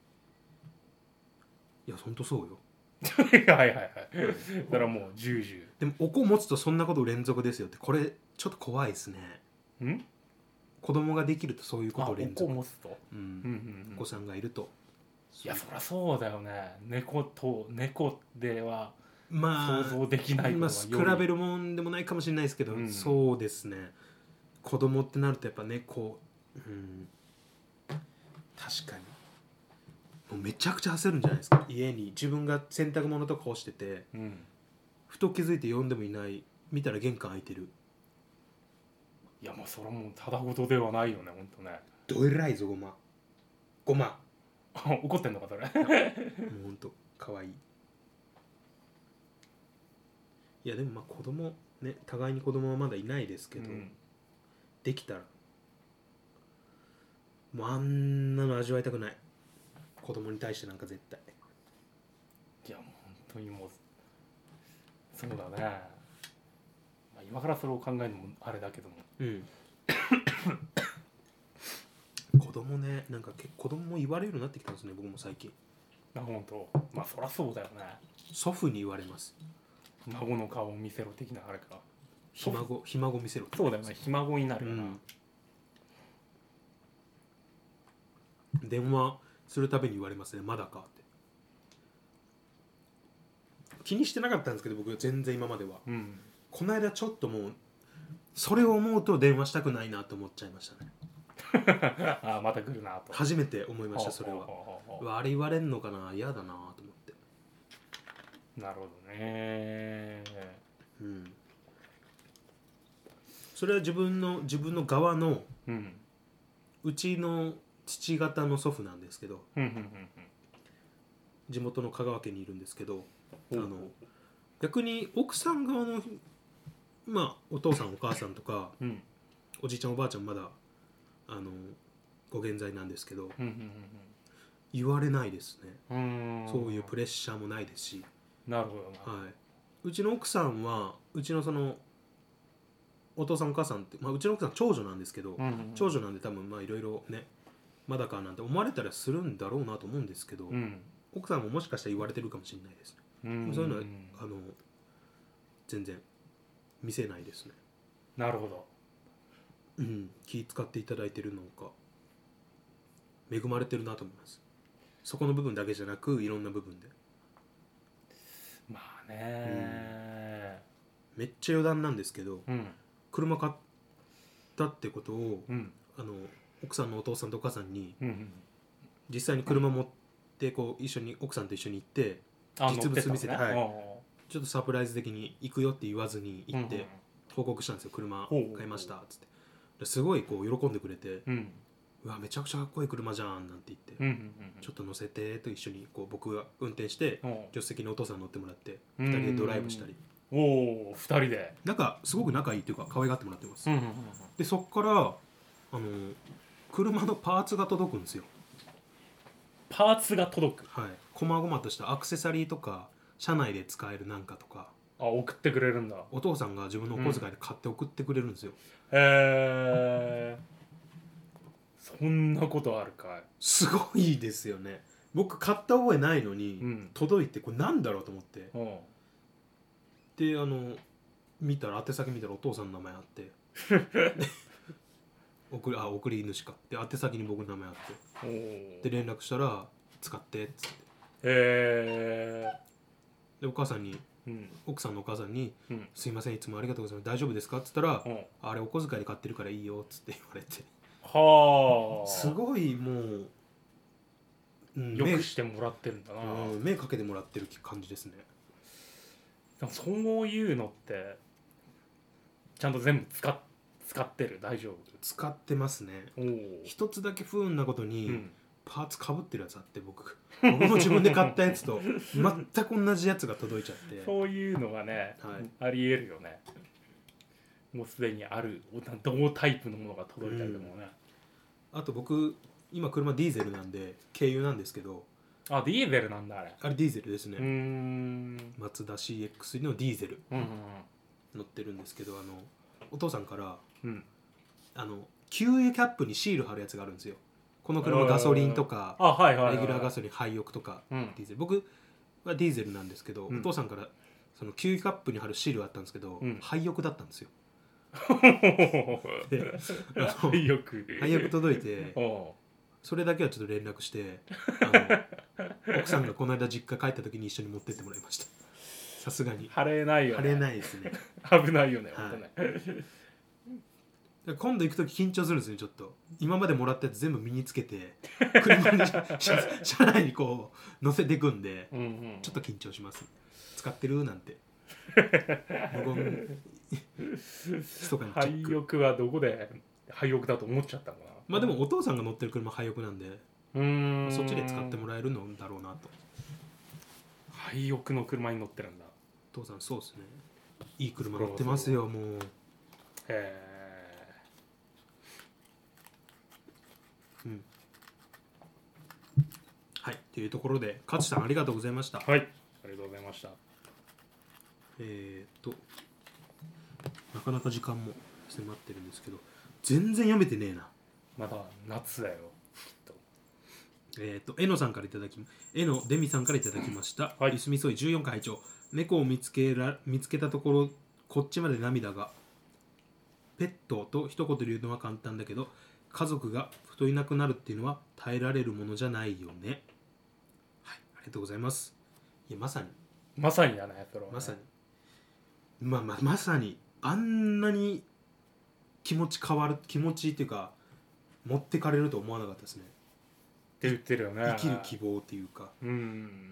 いや本当そうよ。 はい。それはもう重々。 でもお子持つとそんなこと連続ですよってこれちょっと怖いですね。子供ができるとそういうこと連続。 お子持つと。 お子さんがいると。 いやそりゃそうだよね。猫ではまあ想像できないことが比べるもんでもないかもしれないですけど、そうですね。子供ってなるとやっぱ猫、確かにもうめちゃくちゃ焦るんじゃないですか。家に自分が洗濯物とか干してて、ふと気づいて呼んでもいない、見たら玄関開いてる。 いやもうそれはもうただごとではないよね本当ね。 どえらいぞごま怒ってんのかそれ。もう本当可愛い。いやでもまあ子供ね、互いに子供はまだいないですけど、できたらもうあんなの味わいたくない。子供に対してなんか絶対。 いやもう本当にもうそうだね。まあ、今からそれを考えるのもあれだけども。 子供ね、なんか子供も言われるようになってきたんですね僕も最近。 本当。まあそりゃそうだよね。 祖父に言われます。 孫の顔を見せろ的なあれか。 ひ孫見せろ。 そうだよね。ひ孫になるよな。 電話するたびに言われますね。まだかって。気にしてなかったんですけど僕全然今までは、この間ちょっともうそれを思うと電話したくないなと思っちゃいましたね。 あ、また来るなと初めて思いました。それはあれ言われんのかな、嫌だなと思って。 なるほどね。 それは自分の側の、うちの父方の祖父なんですけど、地元の香川県にいるんですけど、逆に奥さん側のお父さんお母さんとか、おじいちゃんおばあちゃんまだご健在なんですけど、言われないですね。そういうプレッシャーもないですし。 なるほどな。 うちの奥さんはうちのそのお父さんお母さんって、うちの奥さん長女なんですけど、長女なんで多分いろいろねまだかなんて思われたらするんだろうなと思うんですけど、奥さんももしかしたら言われてるかもしれないですね。そういうのは全然見せないですね。 なるほど。 気使っていただいてるのか恵まれてるなと思います。そこの部分だけじゃなくいろんな部分で。 まあね、 めっちゃ余談なんですけど、車買ったってことを、奥さんのお父さんとお母さんに、実際に車持ってこう一緒に奥さんと一緒に行って実物見せて、ちょっとサプライズ的に行くよって言わずに行って報告したんですよ。車買いましたっつって。すごいこう喜んでくれて、うわめちゃくちゃかっこいい車じゃんなんて言って、ちょっと乗せてと一緒にこう僕が運転して助手席にお父さん乗ってもらって2人でドライブしたり。 2人でなんかすごく仲いいというか可愛がってもらってます。でそっから車のパーツが届くんですよ。 パーツが届く。 細々としたアクセサリーとか車内で使えるなんかとか送ってくれるんだ。 お父さんが自分のお小遣いで買って送ってくれるんですよ。 そんなことあるかい。 すごいですよね。僕買った覚えないのに、届いてこれなんだろうと思って、で見たら宛先見たらお父さんの名前あって送り主かで宛先に僕の名前あってで連絡したら使ってっつって、でお母さんに、奥さんのお母さんに、すいませんいつもありがとうございます大丈夫ですかっつったら、あれお小遣いで買ってるからいいよっつって言われて、すごいもう、 よくしてもらってるんだな。 目かけてもらってる感じですね。 そういうのってちゃんと全部使ってる？大丈夫？ 使ってますね。一つだけ不運なことに、パーツかぶってるやつあって僕も自分で買ったやつと全く同じやつが届いちゃってそういうのがね、ありえるよね。もうすでにある同タイプのものが届いたりでもね、 あと僕今車ディーゼルなんで軽油なんですけど、 ディーゼルなんだ。あれディーゼルですね。マツダ CX のディーゼル乗ってるんですけど、お父さんから、給油キャップにシール貼るやつがあるんですよ。この車ガソリンとかレギュラーガソリン廃浴とか、ディーゼル僕はディーゼルなんですけど、お父さんからその給油キャップに貼るシールあったんですけど、廃浴だったんですよ。廃浴届いてそれだけはちょっと連絡して奥さんがこの間実家帰った時に一緒に持ってってもらいました。さすがに貼れないよね。 貼れないですね。 危ないよね、 今度行く時緊張するんですね。ちょっと今までもらったやつ全部身につけて車に車内にこう乗せていくんで、ちょっと緊張します。使ってるなんて無言密かにチェック。 廃浴はどこで廃浴だと思っちゃったのかな。 でもお父さんが乗ってる車廃浴なんで、そっちで使ってもらえるのだろうなと。 廃浴の車に乗ってるんだ。 お父さんそうですね。いい車乗ってますよもう。はいというところで勝さんありがとうございました。 はい、ありがとうございました。 なかなか時間も迫ってるんですけど全然読めてねえな。 まだ夏だよきっと。えのさんからいただきえのデミさんからいただきました。いすみそい14回拝聴。猫を見つけたところこっちまで涙が。ペットと一言で言うのは簡単だけど家族がふといなくなるっていうのは耐えられるものじゃないよね。はい、ありがとうございます。いやまさにだねそれはね。 まさにまさにあんなに気持ちっていうか持ってかれると思わなかったですね。 って言ってるよね。 生きる希望っていうか、 うん、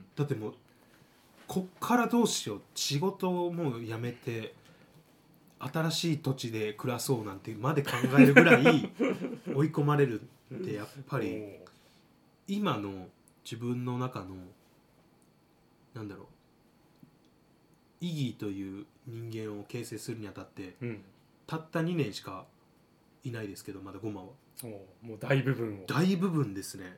だってもうこっからどうしよう、仕事をもう辞めて新しい土地で暮らそうなんてまで考えるぐらい追い込まれるってやっぱり今の自分の中のなんだろう意義という人間を形成するにあたって、 うん、 たった2年しかいないですけど、まだゴマはもう大部分ですね。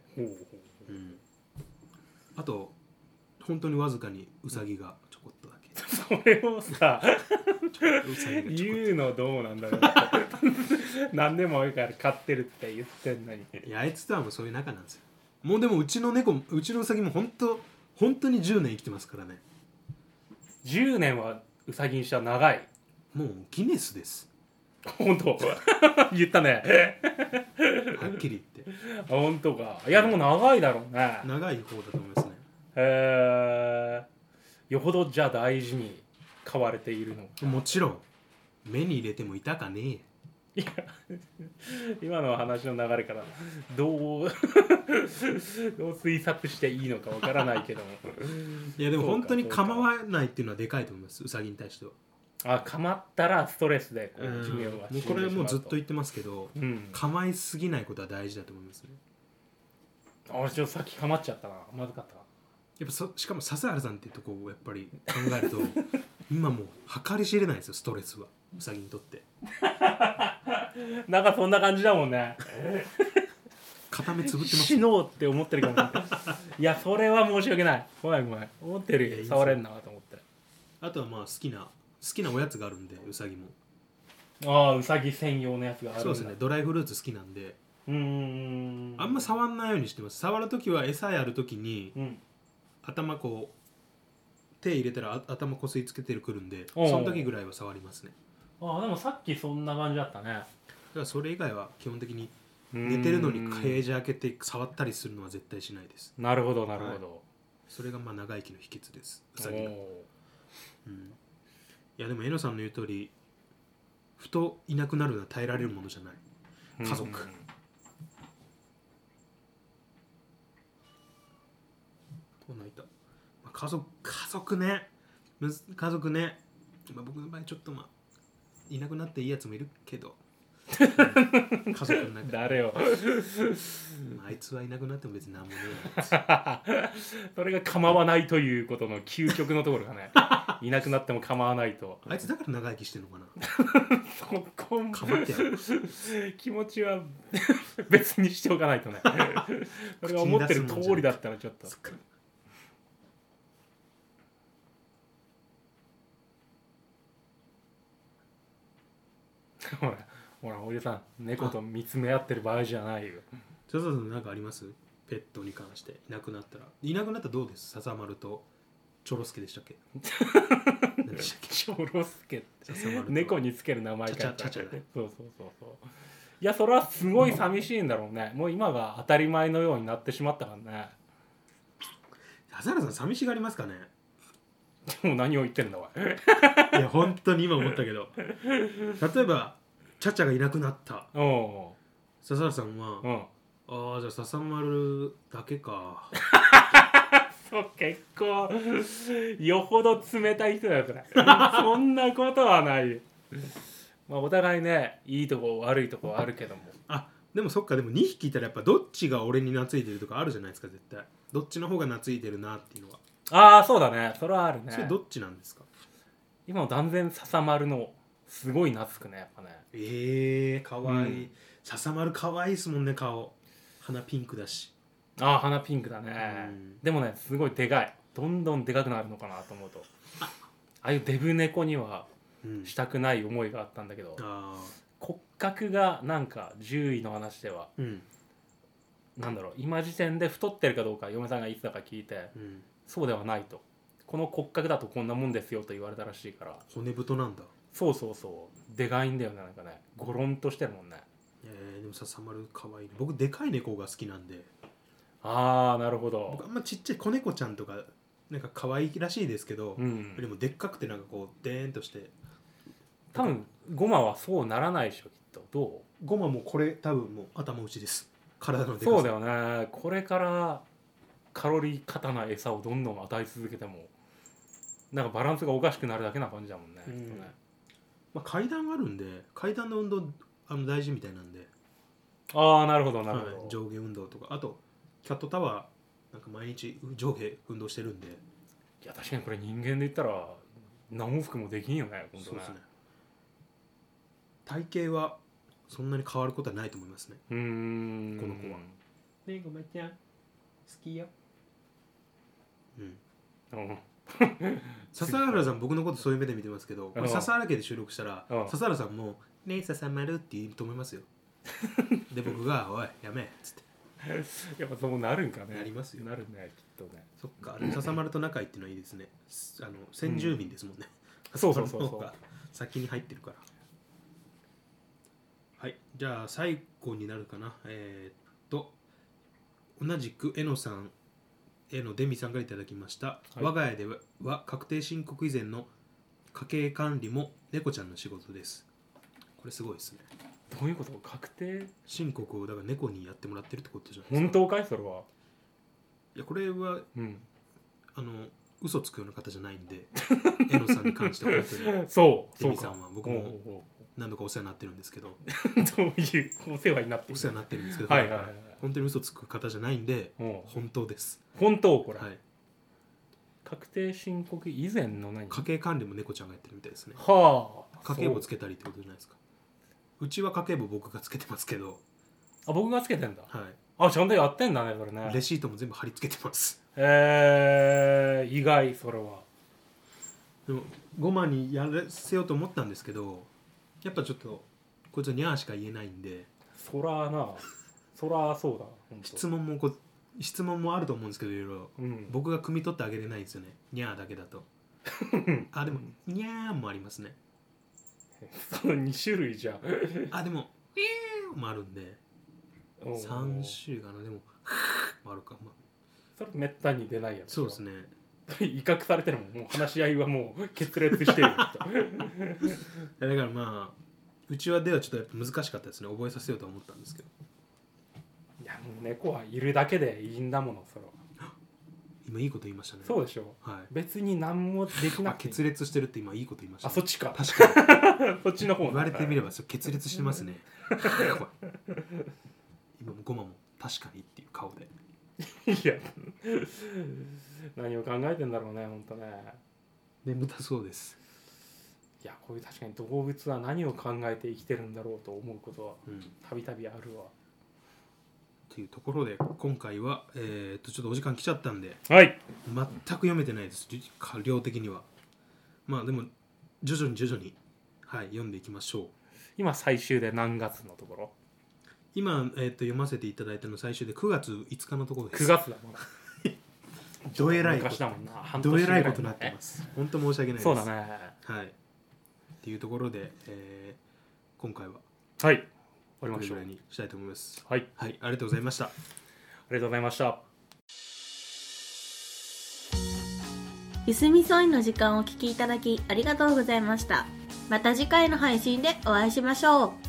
あと本当にわずかにウサギがちょこっとだけそれをさ言うのどうなんだろう何でもいいから飼ってるって言ってんのに。 いやあいつとはもうそういう仲なんですよ。もうでもうちのウサギも本当に10年生きてますからね。 10年はウサギにしては長い。 もうギネスです。 本当言ったねはっきり言って本当か。いやでも長いだろうね。 長い方だと思いますね。 よほどじゃあ大事に飼われているのか。 もちろん目に入れてもいたかねえ。 いや今の話の流れからどう推察していいのかわからないけどもいやでも本当に構わないっていうのはでかいと思います。ウサギに対しては。 構ったらストレスでこう寿命がもうこれはもうずっと言ってますけど、 うん、 構いすぎないことは大事だと思いますね。 俺ちょっとさっき構っちゃったな。まずかったな。 やっぱしかも笹原さんっていうとこをやっぱり考えると今もう計り知れないですよ、ストレスはウサギにとってなんかそんな感じだもんね片目つぶってます。 死のうって思ってるかもしれないいやそれは申し訳ない。ごめん思ってるよ。触れんなと思って。 あとはまあ好きなおやつがあるんで、ウサギも。 ああウサギ専用のやつがあるんだ。 そうですね、ドライフルーツ好きなんであんま触んないようにしてます。触るときは餌やるときに、頭こう手入れたら頭こすりつけてくるんで、その時ぐらいは触りますね。 ああでもさっきそんな感じだったね。だからそれ以外は基本的に寝てるのにケージ開けて触ったりするのは絶対しないです。 なるほどなるほど、 はい、それがまあ長生きの秘訣です、ウサギが。いやでもえのさんの言う通り、ふといなくなるのは耐えられるものじゃない。家族、泣いた。家族ね、僕の場合ちょっといなくなっていいやつもいるけど家族の中誰よあいつはいなくなっても別に何もねえそれが構わないということの究極のところがねいなくなっても構わないと。 あいつだから長生きしてんのかなそこもかまってやる気持ちは別にしておかないとねそれが思ってる通りだったらちょっとほらおじさん、猫と見つめ合ってる場合じゃないよ。 笹さんなんかあります？ペットに関していなくなったらどうです？笹丸とチョロスケでしたっけ何でしたっけチョロスケって猫につける名前か。 チャチャそういやそれはすごい寂しいんだろうね。もう今が当たり前のようになってしまったからね。 笹原さん寂しがりますかね？ もう何を言ってるんだおいいや本当に今思ったけど例えばチャチャがいなくなった。笹原さんは、ああじゃあ笹丸だけかそう結構よほど冷たい人だよそれそんなことはないまあお互いねいいとこ悪いとこあるけども。 でもそっか。でも2匹いたらやっぱどっちが俺に懐いてるとかあるじゃないですか。絶対どっちの方が懐いてるなっていうのは。 ああそうだね、それはあるね。 それどっちなんですか？ 今の断然笹丸のすごい懐くねやっぱね。 かわいい、笹丸かわいいですもんね。顔鼻ピンクだし。 鼻ピンクだね、でもねすごいでかい。どんどんでかくなるのかなと思うと、ああいうデブ猫にはしたくない思いがあったんだけど、骨格がなんか獣医の話では、なんだろう、今時点で太ってるかどうか嫁さんがいつだか聞いて、そうではないと、この骨格だとこんなもんですよと言われたらしいから。 骨太なんだ。 そうでかいんだよね。なんかねゴロンとしてるもんね。 でも笹丸かわいい。僕でかい猫が好きなんで。 ああなるほど。 僕あんまちっちゃい子猫ちゃんとかなんか可愛いらしいですけど、 うん、 でもでっかくてなんかこうデーンとして。 多分ゴマはそうならないでしょきっと。どう？ ゴマもこれ多分もう頭打ちです。体のでかさ。 そうだよね。これからカロリー過多な餌をどんどん与え続けてもなんかバランスがおかしくなるだけな感じだもんね。ね、 まあ、階段あるんで階段の運動大事みたいなんで。 ああなるほどなるほど、 はい、上下運動とかあとキャットタワーなんか毎日上下運動してるんで。 いや確かにこれ人間で言ったら何往復もできんよね。本当ね。そうですね。 体型はそんなに変わることはないと思いますね。この子は。 ねごめんちゃん好きよ。 笹原さん僕のことそういう目で見てますけど、これ笹原家で収録したら笹原さんも「ねえ笹丸」って言うと思いますよ。で僕が「おいやめ」っつって。 やっぱそうなるんかね。 なりますよ。 なるねきっとね。 そっか。笹丸と仲いいっていうのはいいですね。先住民ですもんね。 そうそうそうそう。 先に入ってるから。はい、じゃあ最後になるかな。同じくえのさんへのデミさんからいただきました、はい、我が家では確定申告以前の家計管理も猫ちゃんの仕事です。これすごいですね。 どういうこと？確定申告をだから猫にやってもらってるってことじゃないですか。本当かいそれは。 いやこれは、嘘つくような方じゃないんでえのさんに関しては本当にそうデミさんは僕も何度かお世話になってるんですけどどういうお世話になってる？ お世話になってるんですけど、 はいはいはい、 本当に嘘つく方じゃないんで本当です。 本当これ、 はい、 確定申告以前の何？ 家計管理も猫ちゃんがやってるみたいですね。 はあ。 家計簿つけたりってことじゃないですか。うちは家計簿僕がつけてますけど。 あ僕がつけてんだ。 はい。 あちゃんとやってんだねそれね。 レシートも全部貼り付けてます。 意外それは。 でもゴマにやらせようと思ったんですけどやっぱちょっとこいつはニャーしか言えないんで。 そらなそらそうだ。 質問もあると思うんですけどいろいろ、僕が汲み取ってあげれないんですよねニャーだけだとあでもニャーもありますね。 その2種類じゃんあでももあるんで3種類かな。でももあるか、まあ、 それめったに出ないやつ。 そうですね。 威嚇されてるもん。もう話し合いはもう決裂してるだからまあうちはではちょっとやっぱ難しかったですね。覚えさせようと思ったんですけど。 いやもう猫はいるだけでいいんだものそれは。 今いいこと言いましたね。 そうでしょ、はい、別に何もできなくて決裂してるって今いいこと言いました、 ね、あそっちか。 確かにそっちの方言われてみればそれ決裂してますね今もゴマも確かにっていう顔でいや何を考えてんだろうね本当ね。 眠たそうです。 いやこういう確かに動物は何を考えて生きてるんだろうと思うことはたびたびあるわ。 というところで今回は、ちょっとお時間来ちゃったんで、 はい、 全く読めてないです量的には。まあでも徐々に、はい、読んでいきましょう。 今最終で何月のところ？ 今、読ませていただいたの最終で9月5日のところです。 9月だもんどえらいことどえらいことになってます。本当申し訳ないです。 そうだね。 はい。っていうところで、今回ははい終わりましょう。 これぐらいにしたいと思います。 はい、 はい、ありがとうございました。ありがとうございました。 ゆすみそいの時間をお聞きいただきありがとうございました。また次回の配信でお会いしましょう。